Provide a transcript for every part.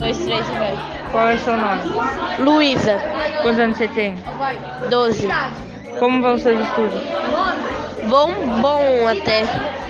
Dois, três e vai. Qual é o seu nome? Luísa, Quantos anos você tem? 12. Como vão os seus estudos? Bom até.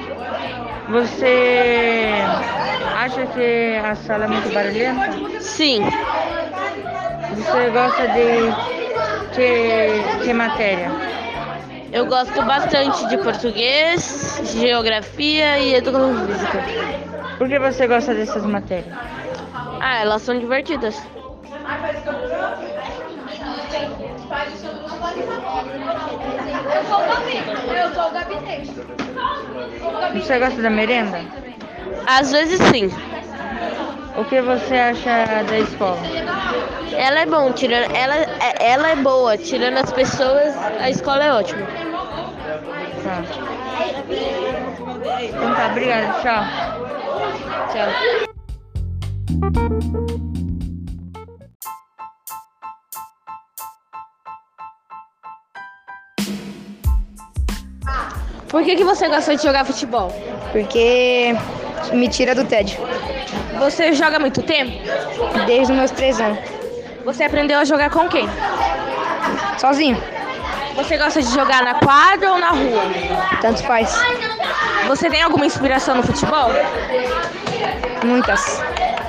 Você acha que a sala é muito barulhenta? Sim, Você gosta de que matéria? eu gosto bastante de português, geografia e educação física. Por que você gosta dessas matérias? Ah, elas são divertidas. Você gosta da merenda? Às vezes sim. O que você acha da escola? Ela é bom, ela é boa, tirando as pessoas, a escola é ótima. Tá. Então tá, obrigada, tchau. Tchau. Por que você gosta de jogar futebol? Porque me tira do tédio. Você joga há muito tempo? Desde os meus 3 anos. Você aprendeu a jogar com quem? Sozinho. Você gosta de jogar na quadra ou na rua? Tanto faz. Você tem alguma inspiração no futebol? Muitas.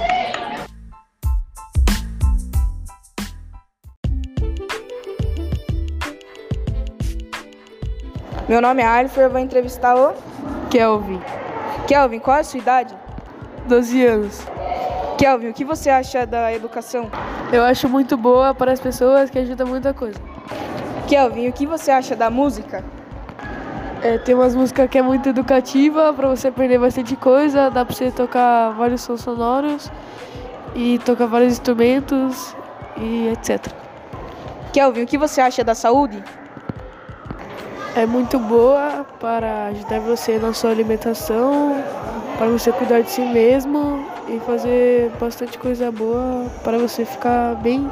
Meu nome é Alifer, eu vou entrevistar o Kelvin, Kelvin. Qual é a sua idade? 12 anos. Kelvin, o que você acha da educação? Eu acho muito boa para as pessoas, que ajuda muita coisa. Kelvin, o que você acha da música? Tem umas músicas que é muito educativa, para você aprender bastante coisa, dá para você tocar vários sons sonoros e tocar vários instrumentos e etc. Kelvin, o que você acha da saúde? É muito boa para ajudar você na sua alimentação, para você cuidar de si mesmo e fazer bastante coisa boa para você ficar bem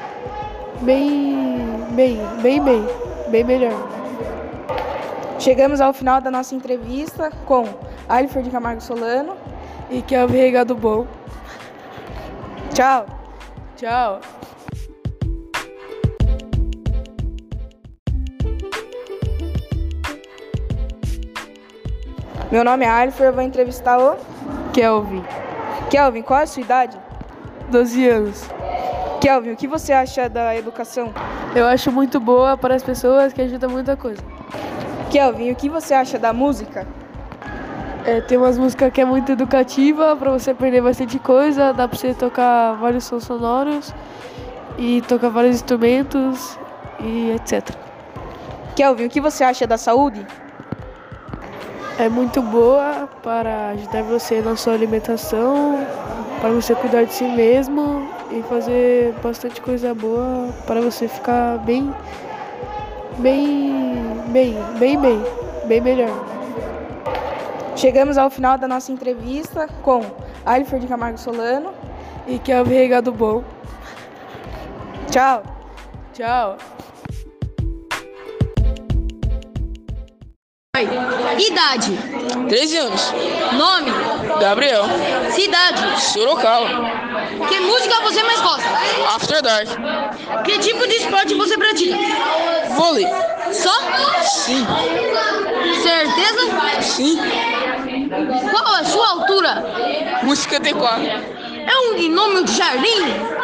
melhor. Chegamos ao final da nossa entrevista com Alifer de Camargo Solano. E Kelvin Regado Bom. Tchau. Tchau. Meu nome é Alifer, eu vou entrevistar o Kelvin, Kelvin. Qual é a sua idade? 12 anos. Kelvin, o que você acha da educação? Eu acho muito boa para as pessoas, que ajuda muita coisa. Kelvin, o que você acha da música? Tem umas músicas que é muito educativa, para você aprender bastante coisa, dá para você tocar vários sons sonoros e tocar vários instrumentos e etc. Kelvin, o que você acha da saúde? É muito boa para ajudar você na sua alimentação, para você cuidar de si mesmo e fazer bastante coisa boa para você ficar bem melhor. Chegamos ao final da nossa entrevista com Alifer de Camargo Solano. E Kelvin Regado Bom. Tchau. Tchau. Idade, 13 anos. nome, Gabriel. cidade. Sorocaba. Que música você mais gosta? After Dark. Que tipo de esporte você pratica? Vôlei. Só? Sim. Certeza? Sim. Qual a sua altura? 1,54. É um gnome de jardim?